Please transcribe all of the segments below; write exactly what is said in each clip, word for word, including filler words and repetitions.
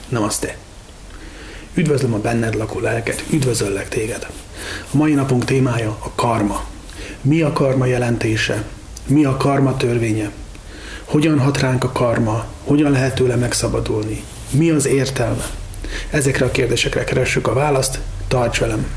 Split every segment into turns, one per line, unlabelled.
Namaste. Üdvözlöm a benned lakó lelket, üdvözöllek téged. A mai napunk témája a karma. Mi a karma jelentése? Mi a karma törvénye? Hogyan hat ránk a karma? Hogyan lehet tőle megszabadulni? Mi az értelme? Ezekre a kérdésekre keressük a választ. Tarts velem!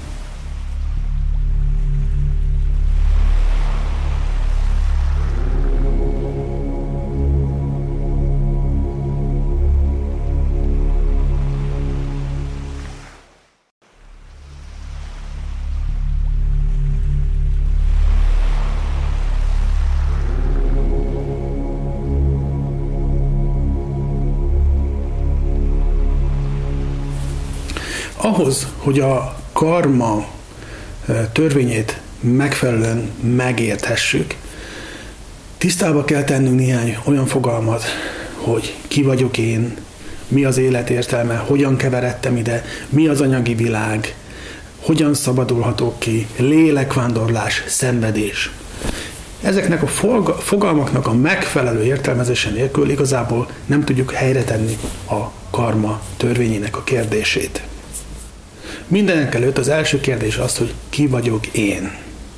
Ahhoz, hogy a karma törvényét megfelelően megérthessük, tisztába kell tennünk néhány olyan fogalmat, hogy ki vagyok én, mi az élet értelme, hogyan keveredtem ide, mi az anyagi világ, hogyan szabadulhatok ki, lélekvándorlás, szenvedés. Ezeknek a fogalmaknak a megfelelő értelmezése nélkül igazából nem tudjuk helyre tenni a karma törvényének a kérdését. Mindenek előtt az első kérdés az, hogy ki vagyok én.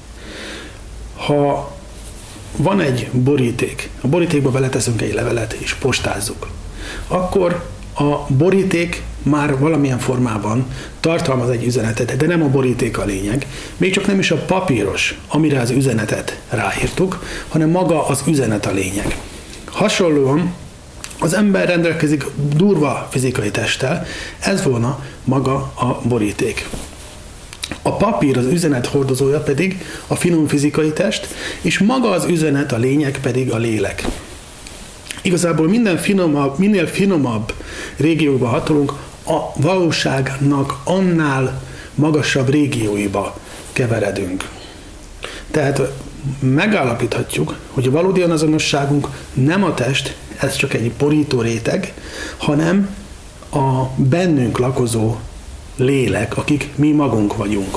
Ha van egy boríték, a borítékba beleteszünk egy levelet és postázzuk, akkor a boríték már valamilyen formában tartalmaz egy üzenetet, de nem a boríték a lényeg, még csak nem is a papíros, amire az üzenetet ráírtuk, hanem maga az üzenet a lényeg. Hasonlóan az ember rendelkezik durva fizikai testtel, ez volna maga a boríték. A papír, az üzenet hordozója pedig a finom fizikai test, és maga az üzenet, a lényeg pedig a lélek. Igazából minden finomabb, minél finomabb régiókba hatolunk, a valóságnak annál magasabb régióiba keveredünk. Tehát megállapíthatjuk, hogy a valódi azonosságunk nem a test, ez csak egy borító réteg, hanem a bennünk lakozó lélek, akik mi magunk vagyunk.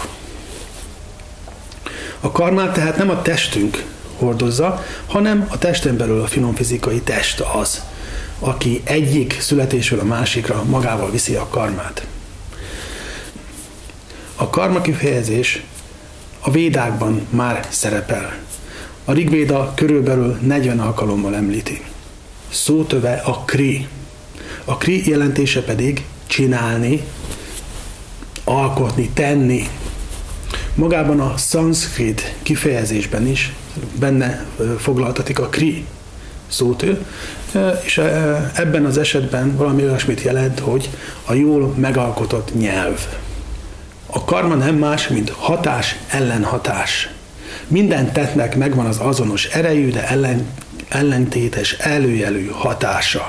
A karmát tehát nem a testünk hordozza, hanem a testen belül a finom fizikai test az, aki egyik születésről a másikra magával viszi a karmát. A karma kifejezés a védákban már szerepel. A Rigvéda körülbelül negyven alkalommal említi. Szótöve a kri. A kri jelentése pedig csinálni, alkotni, tenni. Magában a szanszkrit kifejezésben is benne foglaltatik a kri szótő, és ebben az esetben valami olyasmit jelent, hogy a jól megalkotott nyelv. A karma nem más, mint hatás ellenhatás. Minden tettnek megvan az azonos erejű, de ellen, ellentétes előjelű hatása.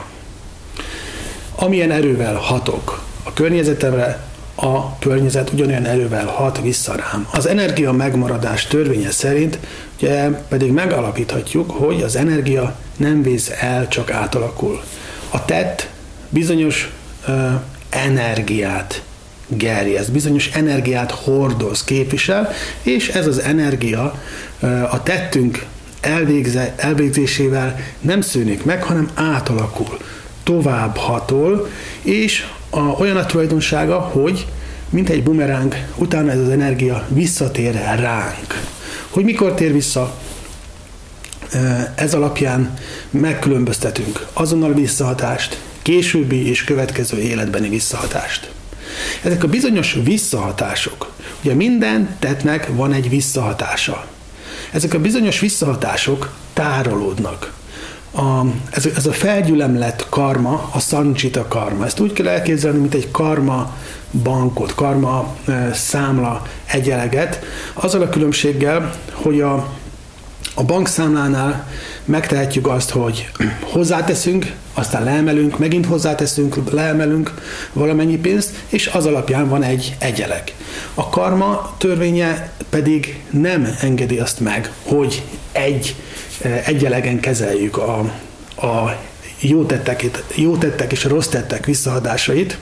Amilyen erővel hatok a környezetemre, a környezet ugyanolyan erővel hat vissza rám. Az energia megmaradás törvénye szerint ugye pedig megalapíthatjuk, hogy az energia nem vész el, csak átalakul. A tett bizonyos ö, energiát gerjeszt, bizonyos energiát hordoz, képvisel, és ez az energia ö, a tettünk elvégze, elvégzésével nem szűnik meg, hanem átalakul, tovább hatol, és a, olyan a tulajdonsága, hogy mint egy bumeráng, utána ez az energia visszatér ránk. Hogy mikor tér vissza, ez alapján megkülönböztetünk azonnal visszahatást, későbbi és következő életbeni visszahatást. Ezek a bizonyos visszahatások, ugye minden tettnek van egy visszahatása. Ezek a bizonyos visszahatások tárolódnak. A, ez, ez a felgyülemlett karma, a sancsita karma. Ezt úgy kell elképzelni, mint egy karma bankot, karma e, számla egyeleget, azzal a különbséggel, hogy a, a bankszámlánál megtehetjük azt, hogy hozzáteszünk, aztán leemelünk, megint hozzáteszünk, leemelünk valamennyi pénzt, és az alapján van egy egyeleg. A karma törvénye pedig nem engedi azt meg, hogy egy egyelegen kezeljük a, a jó, tettek, jó tettek és a rossz tettek visszaadásait,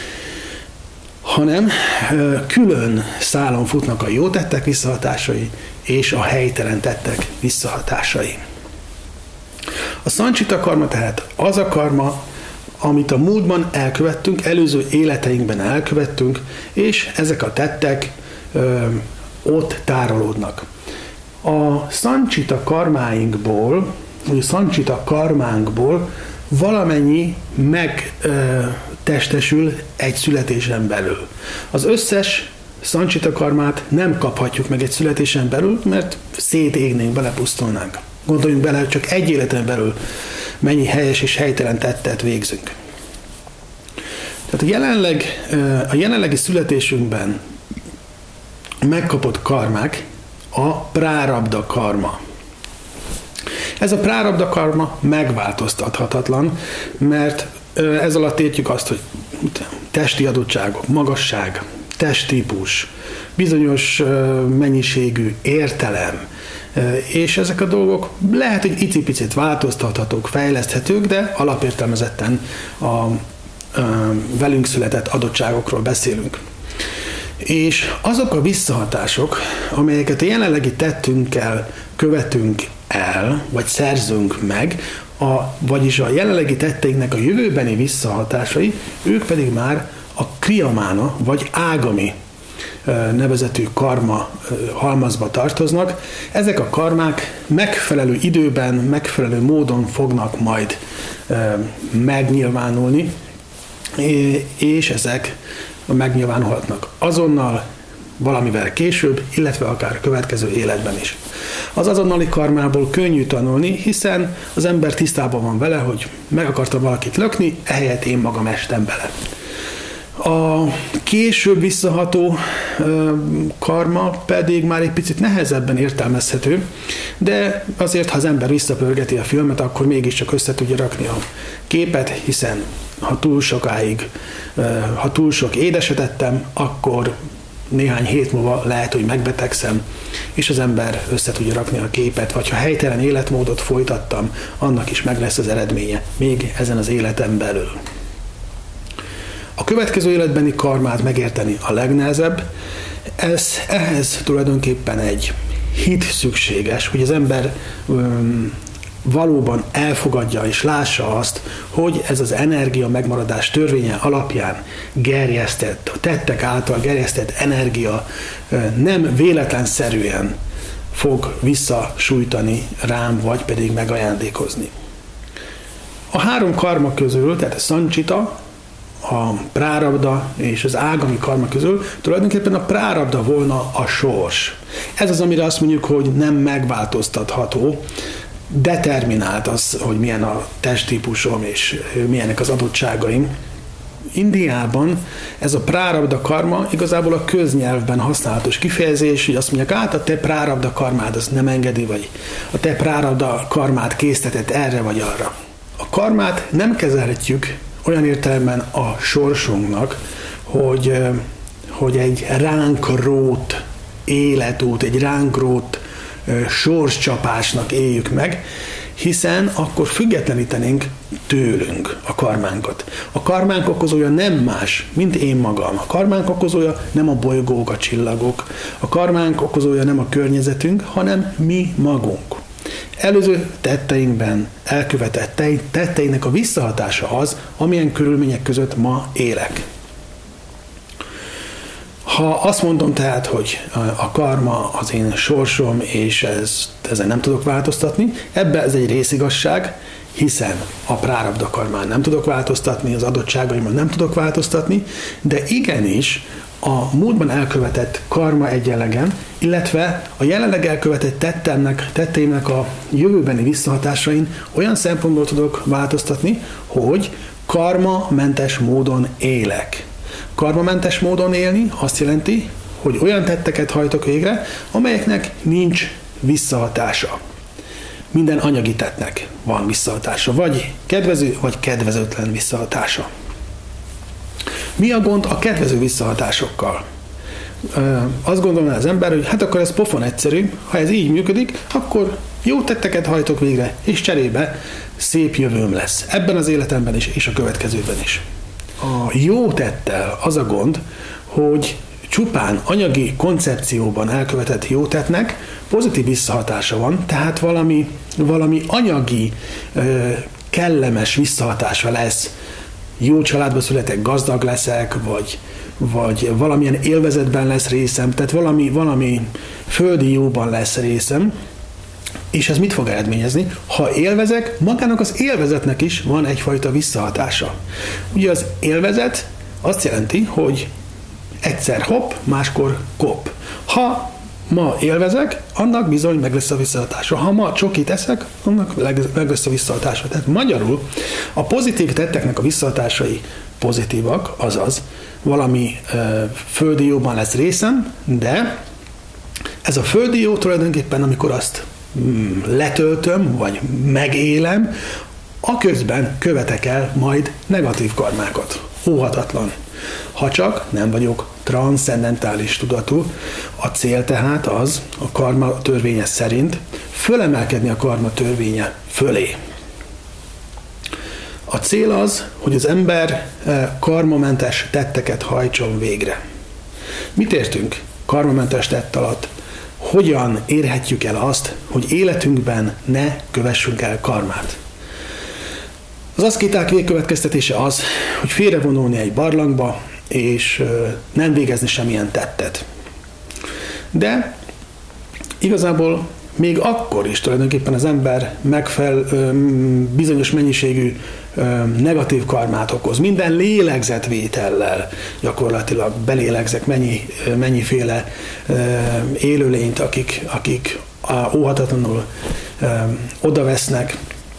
hanem külön szálon futnak a jó tettek visszahatásai és a helytelen tettek visszahatásai. A sancsita karma tehát az a karma, amit a múltban elkövettünk, előző életeinkben elkövettünk, és ezek a tettek ö, ott tárolódnak. A szancsita karmáinkból, vagy a szancsita karmánkból valamennyi megtestesül egy születésen belül. Az összes szancsita karmát nem kaphatjuk meg egy születésen belül, mert szétégnénk, belepusztulnánk. Gondoljunk bele, hogy csak egy életen belül mennyi helyes és helytelen tettet végzünk. Tehát a, jelenleg, a jelenlegi születésünkben megkapott karmák a prárabda karma. Ez a prárabda karma megváltoztathatatlan, mert ez alatt értjük azt, hogy testi adottságok, magasság, testtípus, bizonyos mennyiségű értelem, és ezek a dolgok lehet, hogy icipicit változtathatók, fejleszthetők, de alapértelmezetten a, a velünk született adottságokról beszélünk. És azok a visszahatások, amelyeket a jelenlegi tettünkkel követünk el, vagy szerzünk meg, a, vagyis a jelenlegi tetteinknek a jövőbeni visszahatásai, ők pedig már a kriyamána, vagy ágami nevezetű karma halmazba tartoznak. Ezek a karmák megfelelő időben, megfelelő módon fognak majd megnyilvánulni, és ezek megnyilvánulhatnak azonnal, valamivel később, illetve akár a következő életben is. Az azonnali karmából könnyű tanulni, hiszen az ember tisztában van vele, hogy meg akarta valakit lökni, ehelyett én magam estem bele. A később visszaható karma pedig már egy picit nehezebben értelmezhető, de azért, ha az ember visszapörgeti a filmet, akkor mégiscsak össze tudja rakni a képet, hiszen ha túl sokáig, ha túl sok édeset ettem, akkor néhány hét múlva lehet, hogy megbetegszem, és az ember össze tudja rakni a képet, vagy ha helytelen életmódot folytattam, annak is meg lesz az eredménye, még ezen az életen belül. A következő életbeni karmát megérteni a legnehezebb, ez, ehhez tulajdonképpen egy hit szükséges, hogy az ember um, valóban elfogadja és lássa azt, hogy ez az energia megmaradás törvénye alapján gerjesztett, a tettek által gerjesztett energia nem véletlenszerűen fog visszasújtani rám, vagy pedig megajándékozni. A három karma közül, tehát a szancsita, a prárabda és az ágami karma közül tulajdonképpen a prárabda volna a sors. Ez az, amire azt mondjuk, hogy nem megváltoztatható, determinált az, hogy milyen a testtípusom és milyenek az adottságaim. Indiában ez a prárabda karma igazából a köznyelvben használatos kifejezés, hogy azt mondják, át a te prárabda karmád az nem engedi, vagy a te prárabda karmád késztetett erre vagy arra. A karmát nem kezelhetjük olyan értelemben a sorsunknak, hogy, hogy egy ránk rót életút, egy ránk rót sorscsapásnak éljük meg, hiszen akkor függetlenítenénk tőlünk a karmánkat. A karmánk okozója nem más, mint én magam. A karmánk okozója nem a bolygók, a csillagok. A karmánk okozója nem a környezetünk, hanem mi magunk. Előző tetteinkben elkövetett tetteinknek a visszahatása az, amilyen körülmények között ma élek. Ha azt mondom tehát, hogy a karma az én sorsom, és ez, ezen nem tudok változtatni, ebbe ez egy részigazság, hiszen a prárabda karmán nem tudok változtatni, az adottságaimon nem tudok változtatni, de igenis a múltban elkövetett karma egyenlegen, illetve a jelenleg elkövetett tettemnek, tetteimnek a jövőbeni visszahatásain olyan szempontból tudok változtatni, hogy karmamentes módon élek. Karmamentes módon élni azt jelenti, hogy olyan tetteket hajtok végre, amelyeknek nincs visszahatása. Minden anyagi tettnek van visszahatása, vagy kedvező, vagy kedvezőtlen visszahatása. Mi a gond a kedvező visszahatásokkal? Azt gondolná az ember, hogy hát akkor ez pofon egyszerű, ha ez így működik, akkor jó tetteket hajtok végre, és cserébe szép jövőm lesz. Ebben az életemben is, és a következőben is. A jó tettel az a gond, hogy csupán anyagi koncepcióban elkövetett jó tettnek pozitív visszahatása van, tehát valami, valami anyagi, kellemes visszahatása lesz jó családba születek, gazdag leszek, vagy, vagy valamilyen élvezetben lesz részem, tehát valami, valami földi jóban lesz részem, és ez mit fog eredményezni? Ha élvezek, magának az élvezetnek is van egyfajta visszahatása. Ugye az élvezet azt jelenti, hogy egyszer hopp, máskor kop. Ha ma élvezek, annak bizony meg lesz a visszahatása. Ha ma csokit eszek, annak meg lesz a visszahatása. Tehát magyarul a pozitív tetteknek a visszahatásai pozitívak, azaz valami e, földi jóban lesz részem, de ez a földi jó tulajdonképpen, amikor azt mm, letöltöm, vagy megélem, aközben követek el majd negatív karmákat. Óhatatlan. Ha csak nem vagyok transzcendentális tudatú, a cél tehát az, a karma törvénye szerint, fölemelkedni a karma törvénye fölé. A cél az, hogy az ember karmamentes tetteket hajtson végre. Mit értünk karmamentes tett alatt? Hogyan érhetjük el azt, hogy életünkben ne kövessünk el karmát? Az aszkéták végkövetkeztetése az, hogy félrevonulni egy barlangba, és nem végezni semmilyen tettet. De igazából még akkor is tulajdonképpen az ember megfelel bizonyos mennyiségű negatív karmát okoz. Minden lélegzetvétellel gyakorlatilag belélegzek mennyi, mennyiféle élőlényt, akik, akik óhatatlanul odavesznek.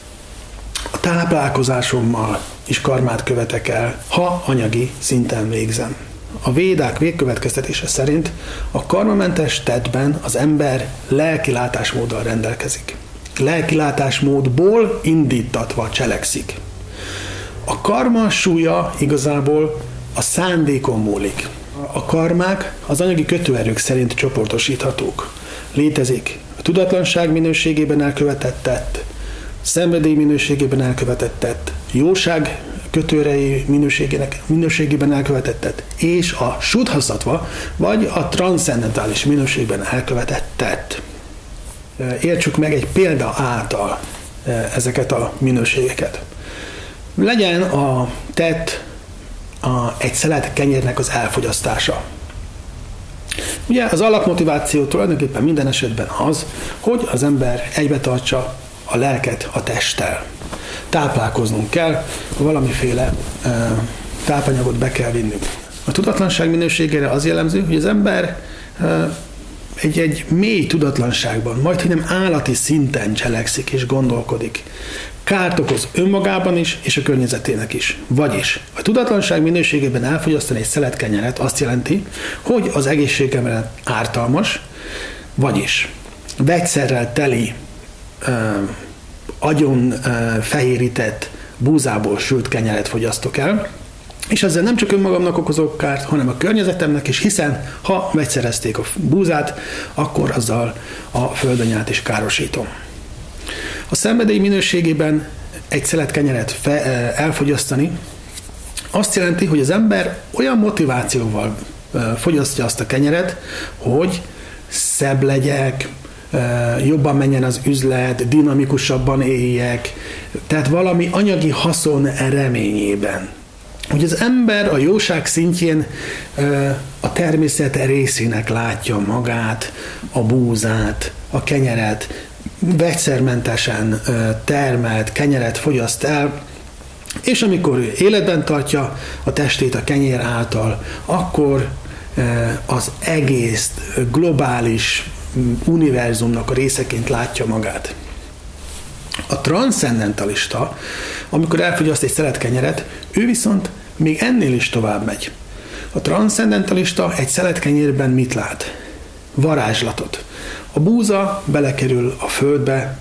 A táplálkozásommal is karmát követek el, ha anyagi szinten végzem. A védák végkövetkeztetése szerint a karmamentes tettben az ember lelki látásmóddal rendelkezik. Lelki látásmódból indítatva cselekszik. A karma súlya igazából a szándékon múlik. A karmák az anyagi kötőerők szerint csoportosíthatók. Létezik a tudatlanság minőségében elkövetett tett, szenvedély minőségében elkövetett tett, jóság kötőerei minőségének, minőségében elkövetett tett, és a suddhaszatva, vagy a transzcendentális minőségben elkövetett tett. Értsük meg egy példa által ezeket a minőségeket. Legyen a tett a, egy szelet kenyérnek az elfogyasztása. Ugye az alapmotiváció tulajdonképpen minden esetben az, hogy az ember egybetartsa a lelket a testtel. Táplálkoznunk kell, valamiféle e, tápanyagot be kell vinnünk. A tudatlanság minőségére az jellemző, hogy az ember e, egy, egy mély tudatlanságban, majdhogy nem állati szinten cselekszik és gondolkodik. Kárt okoz önmagában is, és a környezetének is. Vagyis a tudatlanság minőségében elfogyasztani egy szelet kenyeret azt jelenti, hogy az egészségemre ártalmas, vagyis vegyszerrel teli, ö, agyon ö, fehérített búzából sült kenyeret fogyasztok el, és ezzel nem csak önmagamnak okozok kárt, hanem a környezetemnek is, hiszen ha vegyszerezték a búzát, akkor azzal a földanyát is károsítom. A szenvedély minőségében egy szelet kenyeret fe, elfogyasztani azt jelenti, hogy az ember olyan motivációval fogyasztja azt a kenyeret, hogy szebb legyek, jobban menjen az üzlet, dinamikusabban éljek, tehát valami anyagi haszon reményében. Hogy az ember a jóság szintjén a természet részének látja magát, a búzát, a kenyeret, vegyszermentesen termelt kenyeret fogyaszt el, és amikor ő életben tartja a testét a kenyér által, akkor az egész globális univerzumnak a részeként látja magát. A transzcendentalista, amikor elfogyaszt egy szelet kenyeret, ő viszont még ennél is tovább megy. A transzcendentalista egy szelet kenyérben mit lát? Varázslatot. A búza belekerül a földbe,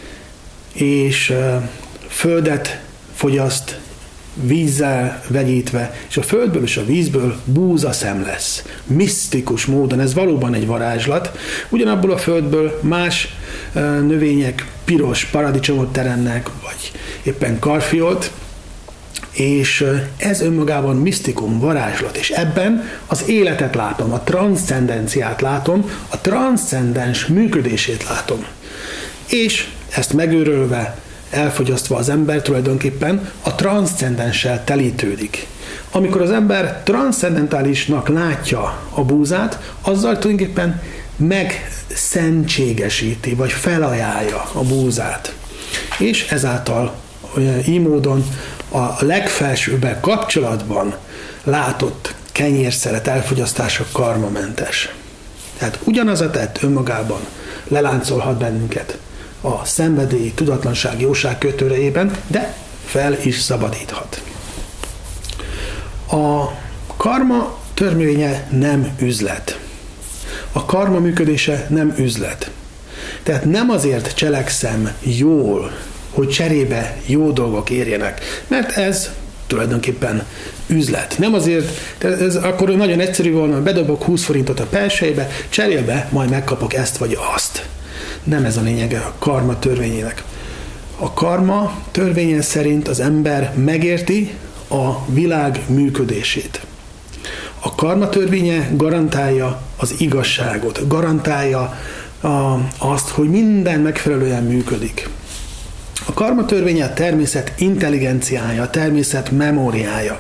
és földet fogyaszt vízzel vegyítve, és a földből és a vízből búzaszem lesz. Misztikus módon, ez valóban egy varázslat. Ugyanabból a földből más növények piros paradicsomot teremnek, vagy éppen karfiolt, és ez önmagában misztikum, varázslat, és ebben az életet látom, a transzcendenciát látom, a transzcendens működését látom. És ezt megőrölve elfogyasztva az ember tulajdonképpen a transzcendenssel telítődik. Amikor az ember transzcendentálisnak látja a búzát, azzal tulajdonképpen megszentségesíti, vagy felajánlja a búzát. És ezáltal így módon a legfelsőbbel kapcsolatban látott kenyérszeret elfogyasztása karmamentes. Tehát ugyanaz a tett önmagában leláncolhat bennünket a szenvedély, tudatlanság, jóság kötőrejében, de fel is szabadíthat. A karma törvénye nem üzlet. A karma működése nem üzlet. Tehát nem azért cselekszem jól, hogy cserébe jó dolgok érjenek, mert ez tulajdonképpen üzlet. Nem azért, ez akkor nagyon egyszerű volna, bedobok húsz forintot a persejbe, cserélbe majd megkapok ezt vagy azt. Nem ez a lényege a karma törvényének. A karma törvénye szerint az ember megérti a világ működését. A karma törvénye garantálja az igazságot, garantálja a, azt, hogy minden megfelelően működik. A karma törvénye a természet intelligenciája, a természet memóriája.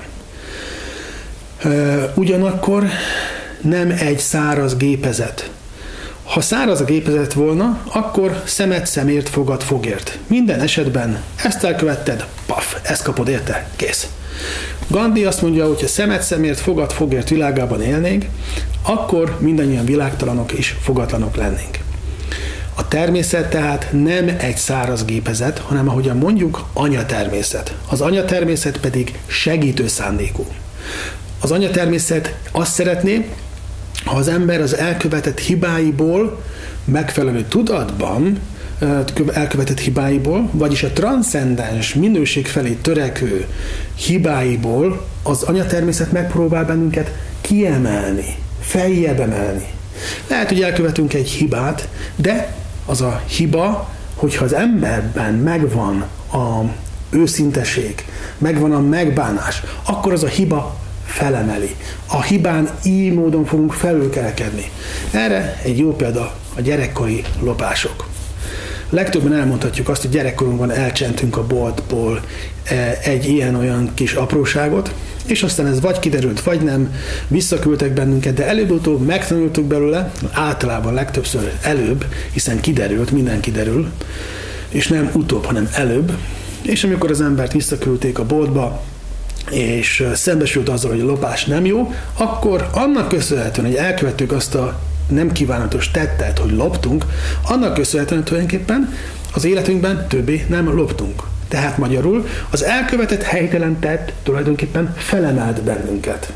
Ugyanakkor nem egy száraz gépezet. Ha száraz a gépezet volna, akkor szemet szemért, fogad fogért. Minden esetben ezt elkövetted, paf, ezt kapod érte, kész. Gandhi azt mondja, hogy ha szemet szemért, fogad fogért világában élnénk, akkor mindannyian világtalanok és fogatlanok lennénk. A természet tehát nem egy száraz gépezet, hanem ahogyan mondjuk, anyatermészet. Az anyatermészet pedig segítő szándékú. Az anyatermészet azt szeretné, ha az ember az elkövetett hibáiból, megfelelő tudatban elkövetett hibáiból, vagyis a transzcendens minőség felé törekvő hibáiból az anyatermészet megpróbál bennünket kiemelni, feljebb emelni. Lehet, hogy elkövetünk egy hibát, de az a hiba, hogyha az emberben megvan a őszinteség, megvan a megbánás, akkor az a hiba felemeli. A hibán így módon fogunk felülkerekedni. Erre egy jó példa a gyerekkori lopások. Legtöbben elmondhatjuk azt, hogy gyerekkorunkban elcsentünk a boltból egy ilyen-olyan kis apróságot, és aztán ez vagy kiderült, vagy nem, visszaküldtek bennünket, de előbb-utóbb megtanultuk belőle, általában legtöbbször előbb, hiszen kiderült, minden kiderül, és nem utóbb, hanem előbb, és amikor az embert visszaküldték a boltba, és szembesült azzal, hogy a lopás nem jó, akkor annak köszönhetően, hogy elkövettük azt a nem kívánatos tettet, hogy loptunk, annak köszönhetően tulajdonképpen az életünkben többé nem loptunk. Tehát magyarul az elkövetett helytelen tett tulajdonképpen felemelt bennünket.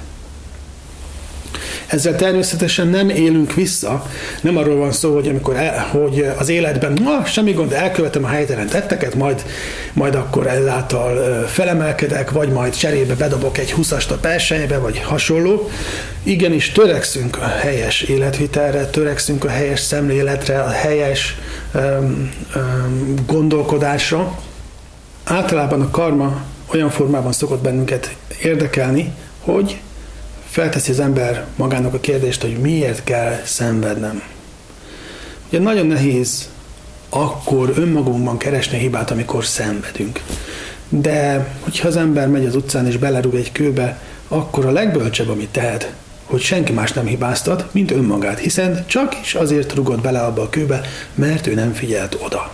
Ezzel természetesen nem élünk vissza, nem arról van szó, hogy amikor el, hogy az életben na, semmi gond, elkövetem a helytelen tetteket, majd, majd akkor ezáltal felemelkedek, vagy majd cserébe bedobok egy húszast a persejbe, vagy hasonló. Igenis törekszünk a helyes életvitelre, törekszünk a helyes szemléletre, a helyes um, um, gondolkodásra. Általában a karma olyan formában szokott bennünket érdekelni, hogy felteszi az ember magának a kérdést, hogy miért kell szenvednem. Ugye nagyon nehéz akkor önmagunkban keresni a hibát, amikor szenvedünk. De hogyha az ember megy az utcán és belerúg egy kőbe, akkor a legbölcsebb, amit tehet, hogy senki más nem hibáztat, mint önmagát, hiszen csak is azért rúgott bele abba a kőbe, mert ő nem figyelt oda.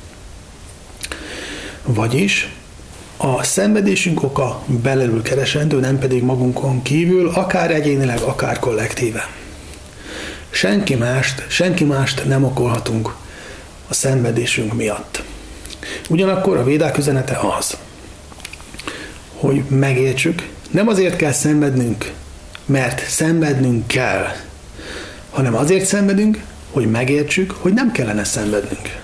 Vagyis a szenvedésünk oka belülről keresendő, nem pedig magunkon kívül, akár egyénileg, akár kollektíven. Senki mást, senki mást nem okolhatunk a szenvedésünk miatt. Ugyanakkor a védák üzenete az, hogy megértsük, nem azért kell szenvednünk, mert szenvednünk kell, hanem azért szenvedünk, hogy megértsük, hogy nem kellene szenvednünk.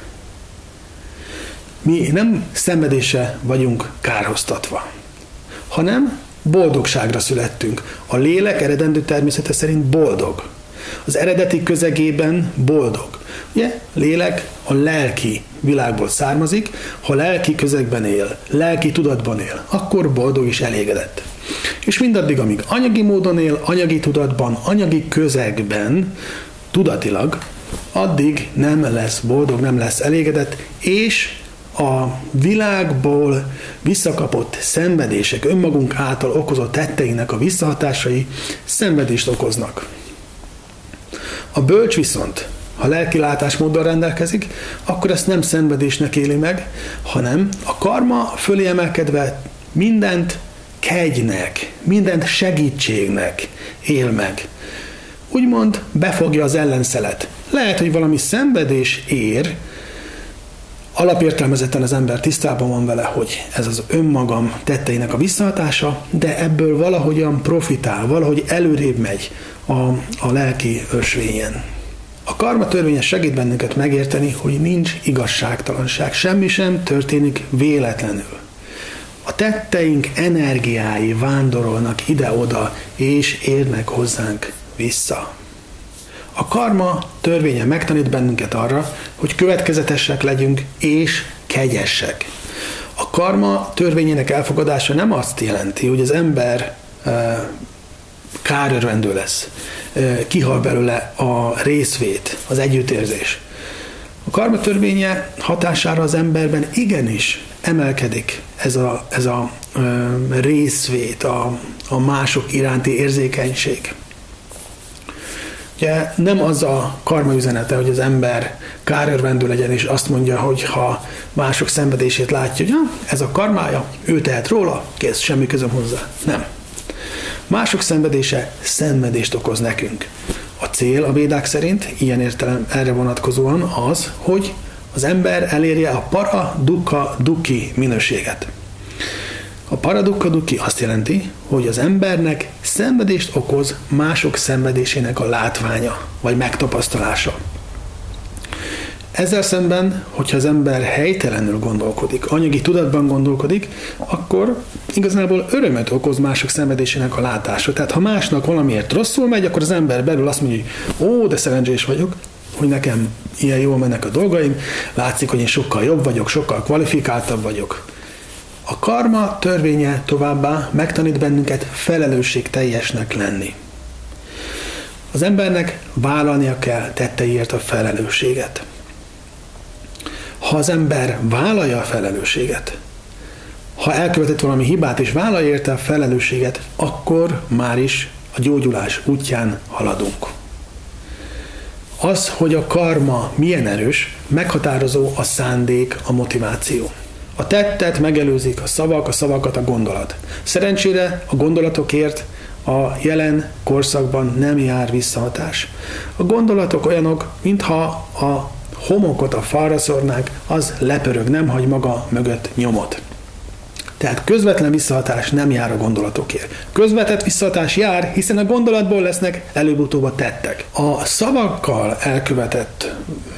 Mi nem szenvedésre vagyunk kárhoztatva, hanem boldogságra születtünk. A lélek eredendő természete szerint boldog. Az eredeti közegében boldog. Ugye, lélek a lelki világból származik, ha lelki közegben él, lelki tudatban él, akkor boldog és elégedett. És mindaddig, amíg anyagi módon él, anyagi tudatban, anyagi közegben, tudatilag, addig nem lesz boldog, nem lesz elégedett, és a világból visszakapott szenvedések, önmagunk által okozott tetteinek a visszahatásai szenvedést okoznak. A bölcs viszont, ha lelki látásmóddal rendelkezik, akkor ezt nem szenvedésnek éli meg, hanem a karma fölé emelkedve mindent kegynek, mindent segítségnek él meg. Úgymond befogja az ellenszelet. Lehet, hogy valami szenvedés ér, alapértelmezetten az ember tisztában van vele, hogy ez az önmagam tetteinek a visszahatása, de ebből valahogyan profitál, valahogy előrébb megy a, a lelki ösvényen. A karma törvénye segít bennünket megérteni, hogy nincs igazságtalanság, semmi sem történik véletlenül. A tetteink energiái vándorolnak ide-oda, és érnek hozzánk vissza. A karma törvénye megtanít bennünket arra, hogy következetesek legyünk és kegyesek. A karma törvényének elfogadása nem azt jelenti, hogy az ember e, kárörvendő lesz, e, kihal belőle a részvét, az együttérzés. A karma törvénye hatására az emberben igenis emelkedik ez a, ez a e, részvét, a, a mások iránti érzékenység. Ugye nem az a karma üzenete, hogy az ember kárörvendő legyen, és azt mondja, hogy ha mások szenvedését látja, hogy ja, ez a karmája, ő tehet róla, kész, semmi közöm hozzá. Nem. Mások szenvedése szenvedést okoz nekünk. A cél a védák szerint, ilyen értelem erre vonatkozóan az, hogy az ember elérje a para, dukkha, dukki minőséget. A paradukka dukkhi azt jelenti, hogy az embernek szenvedést okoz mások szenvedésének a látványa, vagy megtapasztalása. Ezzel szemben, hogyha az ember helytelenül gondolkodik, anyagi tudatban gondolkodik, akkor igazából örömet okoz mások szenvedésének a látása. Tehát ha másnak valamiért rosszul megy, akkor az ember belül azt mondja, hogy ó, de szerencsés vagyok, hogy nekem ilyen jól mennek a dolgaim, látszik, hogy én sokkal jobb vagyok, sokkal kvalifikáltabb vagyok. A karma törvénye továbbá megtanít bennünket felelősségteljesnek lenni. Az embernek vállalnia kell tetteiért a felelősséget. Ha az ember vállalja a felelősséget, ha elkövetett valami hibát és vállalja érte a felelősséget, akkor már is a gyógyulás útján haladunk. Az, hogy a karma milyen erős, meghatározó a szándék, a motiváció. A tettet megelőzik a szavak, a szavakat a gondolat. Szerencsére a gondolatokért a jelen korszakban nem jár visszahatás. A gondolatok olyanok, mintha a homokot a falra szórnák, az lepörög, nem hagy maga mögött nyomot. Tehát közvetlen visszahatás nem jár a gondolatokért. Közvetett visszahatás jár, hiszen a gondolatból lesznek előbb-utóbb a tettek. A szavakkal elkövetett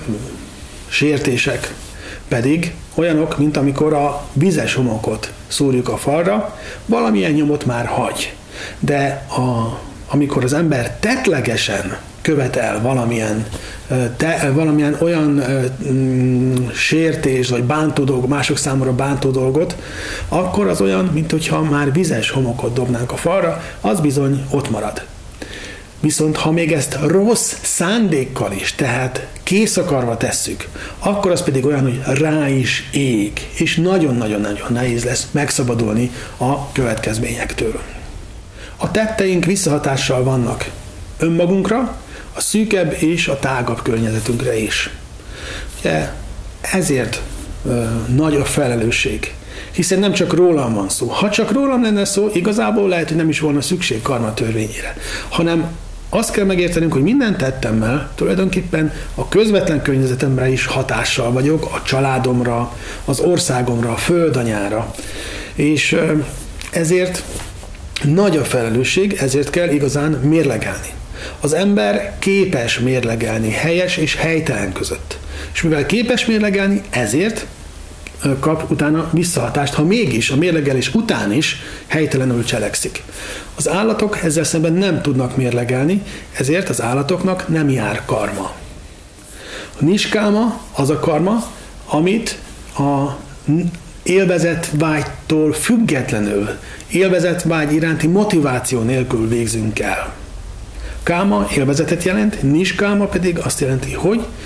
sértések pedig olyanok, mint amikor a vizes homokot szúrjuk a falra, valamilyen nyomot már hagy. De a, amikor az ember tettlegesen követel valamilyen, te, valamilyen olyan mm, sértés, vagy bántó dolgot, mások számára bántó dolgot, akkor az olyan, mint hogyha már vizes homokot dobnánk a falra, az bizony ott marad. Viszont ha még ezt rossz szándékkal is, tehát kész akarva tesszük, akkor az pedig olyan, hogy rá is ég, és nagyon-nagyon-nagyon nehéz lesz megszabadulni a következményektől. A tetteink visszahatással vannak önmagunkra, a szűkebb és a tágabb környezetünkre is. Ugye, ezért ö, nagy a felelősség, hiszen nem csak rólam van szó. Ha csak rólam lenne szó, igazából lehet, hogy nem is volna szükség karma törvényére, hanem azt kell megértenünk, hogy minden tettemmel tulajdonképpen a közvetlen környezetemre is hatással vagyok, a családomra, az országomra, a földanyára. És ezért nagy a felelősség, ezért kell igazán mérlegelni. Az ember képes mérlegelni helyes és helytelen között. És mivel képes mérlegelni, ezért kap utána visszahatást, ha mégis a mérlegelés után is helytelenül cselekszik. Az állatok ezzel szemben nem tudnak mérlegelni, ezért az állatoknak nem jár karma. A niskáma az a karma, amit a élvezetvágytól függetlenül, élvezetvágy iránti motiváció nélkül végzünk el. Káma élvezetet jelent, niskáma pedig azt jelenti, hogy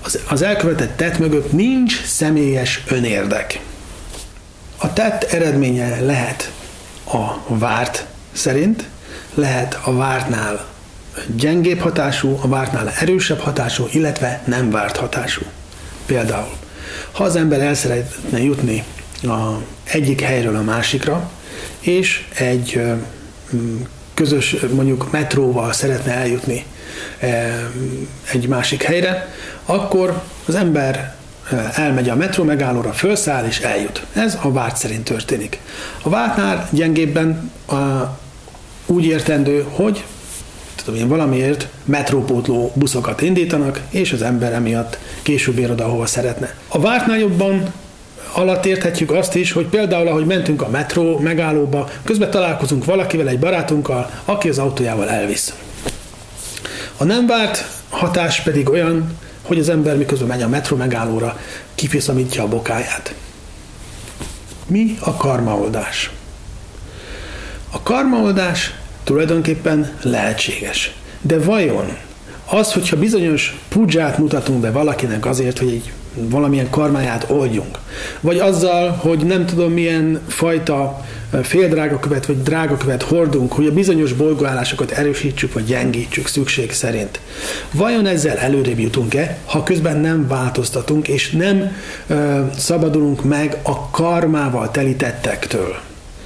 Az, az elkövetett tett mögött nincs személyes önérdek. A tett eredménye lehet a várt szerint, lehet a vártnál gyengébb hatású, a vártnál erősebb hatású, illetve nem várt hatású. Például, ha az ember el szeretne jutni a egyik helyről a másikra, és egy közös, mondjuk metróval szeretne eljutni egy másik helyre, akkor az ember elmegy a metró megállóra, felszáll és eljut. Ez a várt szerint történik. A vártnál gyengébben a, úgy értendő, hogy tudom én, valamiért metrópótló buszokat indítanak, és az ember emiatt később ér oda, ahova szeretne. A vártnál jobban alatt érthetjük azt is, hogy például, ahogy mentünk a metró megállóba, közben találkozunk valakivel, egy barátunkkal, aki az autójával elvisz. A nem várt hatás pedig olyan, hogy az ember miközben megy a metró megállóra, kifiszamítja a bokáját. Mi a karmaoldás? A karmaoldás tulajdonképpen lehetséges. De vajon az, hogyha bizonyos pudzsát mutatunk be valakinek azért, hogy egy valamilyen karmáját oldjunk, vagy azzal, hogy nem tudom milyen fajta féldrágakövet vagy drágakövet hordunk, hogy a bizonyos bolygóállásokat erősítsük vagy gyengítsük szükség szerint. Vajon ezzel előrébb jutunk-e, ha közben nem változtatunk, és nem ö, szabadulunk meg a karmával telítettektől?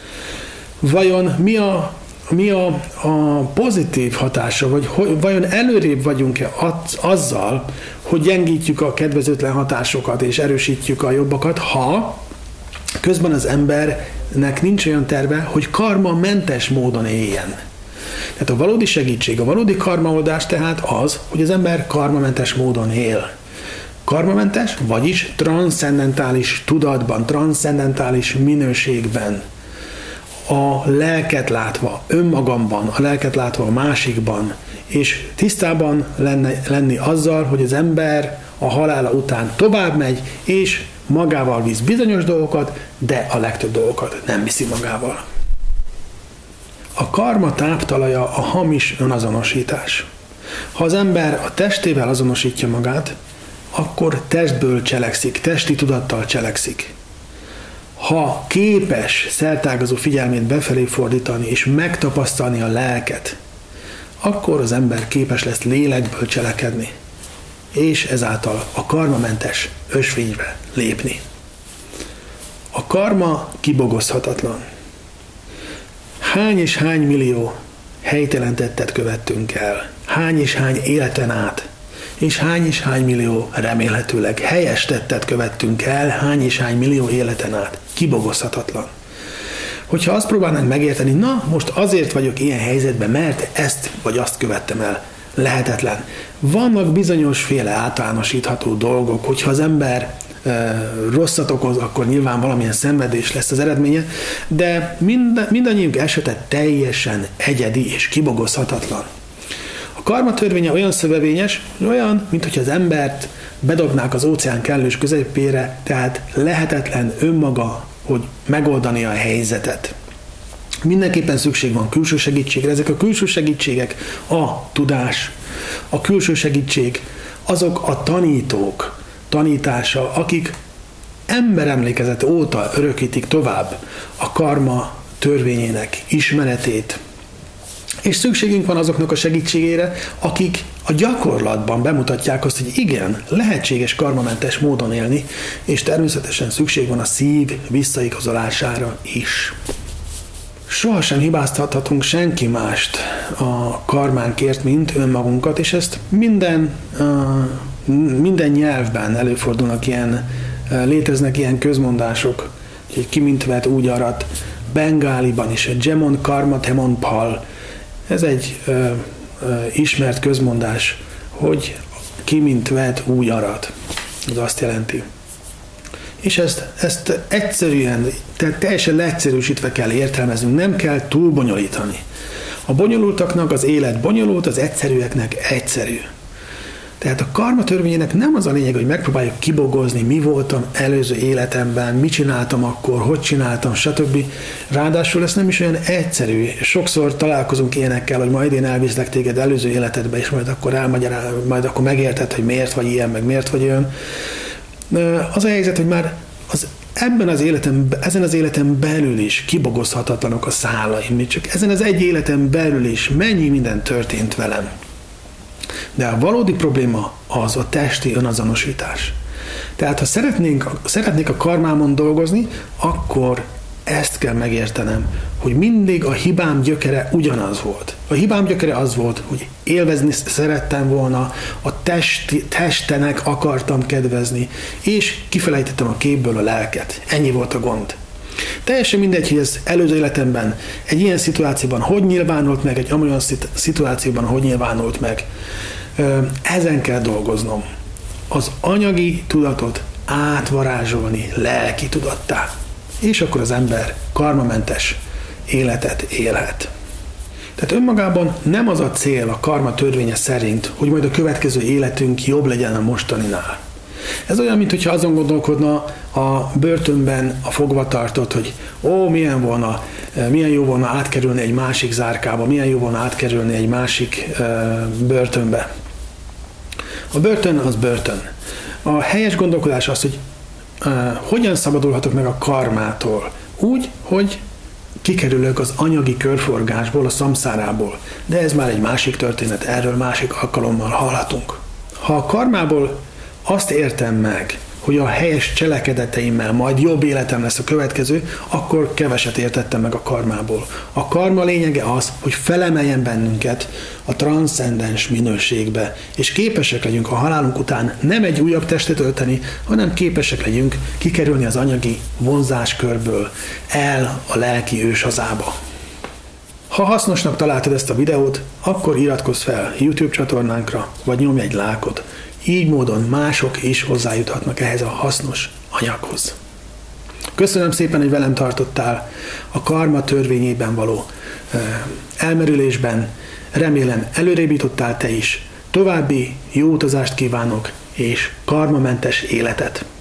Vajon mi a Mi a, a pozitív hatása, vagy hogy, vajon előrébb vagyunk-e az, azzal, hogy gyengítjük a kedvezőtlen hatásokat és erősítjük a jobbakat, ha közben az embernek nincs olyan terve, hogy karmamentes módon éljen. Tehát a valódi segítség, a valódi karmaoldás tehát az, hogy az ember karmamentes módon él. Karmamentes, vagyis transzcendentális tudatban, transzcendentális minőségben. A lelket látva, önmagamban, a lelket látva a másikban, és tisztában lenne, lenni azzal, hogy az ember a halála után tovább megy, és magával visz bizonyos dolgokat, de a legtöbb dolgokat nem viszi magával. A karma táptalaja a hamis önazonosítás. Ha az ember a testével azonosítja magát, akkor testből cselekszik, testi tudattal cselekszik. Ha képes szertágazó figyelmét befelé fordítani és megtapasztalni a lelket, akkor az ember képes lesz lélekből cselekedni, és ezáltal a karmamentes ösvénybe lépni. A karma kibogozhatatlan. Hány és hány millió helytelen tettet követtünk el, hány és hány életen át, és hány és hány millió remélhetőleg helyes tettet követtünk el, hány és hány millió életen át. Kibogozhatatlan. Hogyha azt próbálnánk megérteni, na, most azért vagyok ilyen helyzetben, mert ezt vagy azt követtem el. Lehetetlen. Vannak bizonyosféle általánosítható dolgok, hogyha az ember e, rosszat okoz, akkor nyilván valamilyen szenvedés lesz az eredménye, de mind, mindannyiunk esete teljesen egyedi és kibogozhatatlan. A karma törvénye olyan szövevényes, olyan, mintha az embert bedobnák az óceán kellős közepére, tehát lehetetlen önmaga, hogy megoldani a helyzetet. Mindenképpen szükség van külső segítségre. Ezek a külső segítségek a tudás, a külső segítség, azok a tanítók tanítása, akik emberemlékezet óta örökítik tovább a karma törvényének ismeretét, és szükségünk van azoknak a segítségére, akik a gyakorlatban bemutatják azt, hogy igen, lehetséges karmamentes módon élni, és természetesen szükség van a szív visszaigazolására is. Sohasem hibáztathatunk senki mást a karmánkért, mint önmagunkat, és ezt minden, minden nyelvben előfordulnak ilyen, léteznek ilyen közmondások, hogy ki mint vet, úgy arat. Bengáliban is, a Jemon Karma Temon Pal. Ez egy ö, ö, ismert közmondás, hogy ki mint vet, úgy arat. Ez azt jelenti. És ezt, ezt egyszerűen, tehát teljesen leegyszerűsítve kell értelmeznünk, nem kell túl bonyolítani. A bonyolultaknak az élet bonyolult, az egyszerűeknek egyszerű. Tehát a karma törvényének nem az a lényeg, hogy megpróbáljuk kibogozni, mi voltam előző életemben, mit csináltam akkor, hogy csináltam, stb. Ráadásul ez nem is olyan egyszerű. Sokszor találkozunk ilyenekkel, hogy majd én elviszlek téged előző életedbe, és majd akkor elmagyarál, majd akkor megérted, hogy miért vagy ilyen, meg miért vagy olyan. Az a helyzet, hogy már az ebben az életen, ezen az életen belül is kibogozhatatlanok a szálaim, csak ezen az egy életen belül is mennyi minden történt velem. De a valódi probléma az a testi önazonosítás. Tehát ha szeretnénk, szeretnék a karmámon dolgozni, akkor ezt kell megértenem, hogy mindig a hibám gyökere ugyanaz volt. A hibám gyökere az volt, hogy élvezni szerettem volna, a testi, testenek akartam kedvezni, és kifelejtettem a képből a lelket. Ennyi volt a gond. Teljesen mindegy, hogy ez előző életemben egy ilyen szituációban hogy nyilvánult meg, egy olyan szituációban hogy nyilvánult meg. Ezen kell dolgoznom. Az anyagi tudatot átvarázsolni lelki tudattá. És akkor az ember karmamentes életet élhet. Tehát önmagában nem az a cél a karma törvénye szerint, hogy majd a következő életünk jobb legyen a mostaninál. Ez olyan, mintha azon gondolkodna a börtönben a fogvatartott, hogy ó, milyen volna, milyen jó volna átkerülni egy másik zárkába, milyen jó volna átkerülni egy másik börtönbe. A börtön az börtön. A helyes gondolkodás az, hogy uh, hogyan szabadulhatok meg a karmától. Úgy, hogy kikerülök az anyagi körforgásból, a szamszárából. De ez már egy másik történet, erről másik alkalommal hallhatunk. Ha a karmából azt értem meg, hogy a helyes cselekedeteimmel majd jobb életem lesz a következő, akkor keveset értettem meg a karmából. A karma lényege az, hogy felemeljen bennünket a transzcendens minőségbe, és képesek legyünk a halálunk után nem egy újabb testet ölteni, hanem képesek legyünk kikerülni az anyagi vonzáskörből el a lelki őshazába. Ha hasznosnak találtad ezt a videót, akkor iratkozz fel YouTube csatornánkra, vagy nyomj egy lájkot. Így módon mások is hozzájuthatnak ehhez a hasznos anyaghoz. Köszönöm szépen, hogy velem tartottál a karma törvényében való elmerülésben. Remélem előrébb jutottál te is. További jó utazást kívánok, és karmamentes életet!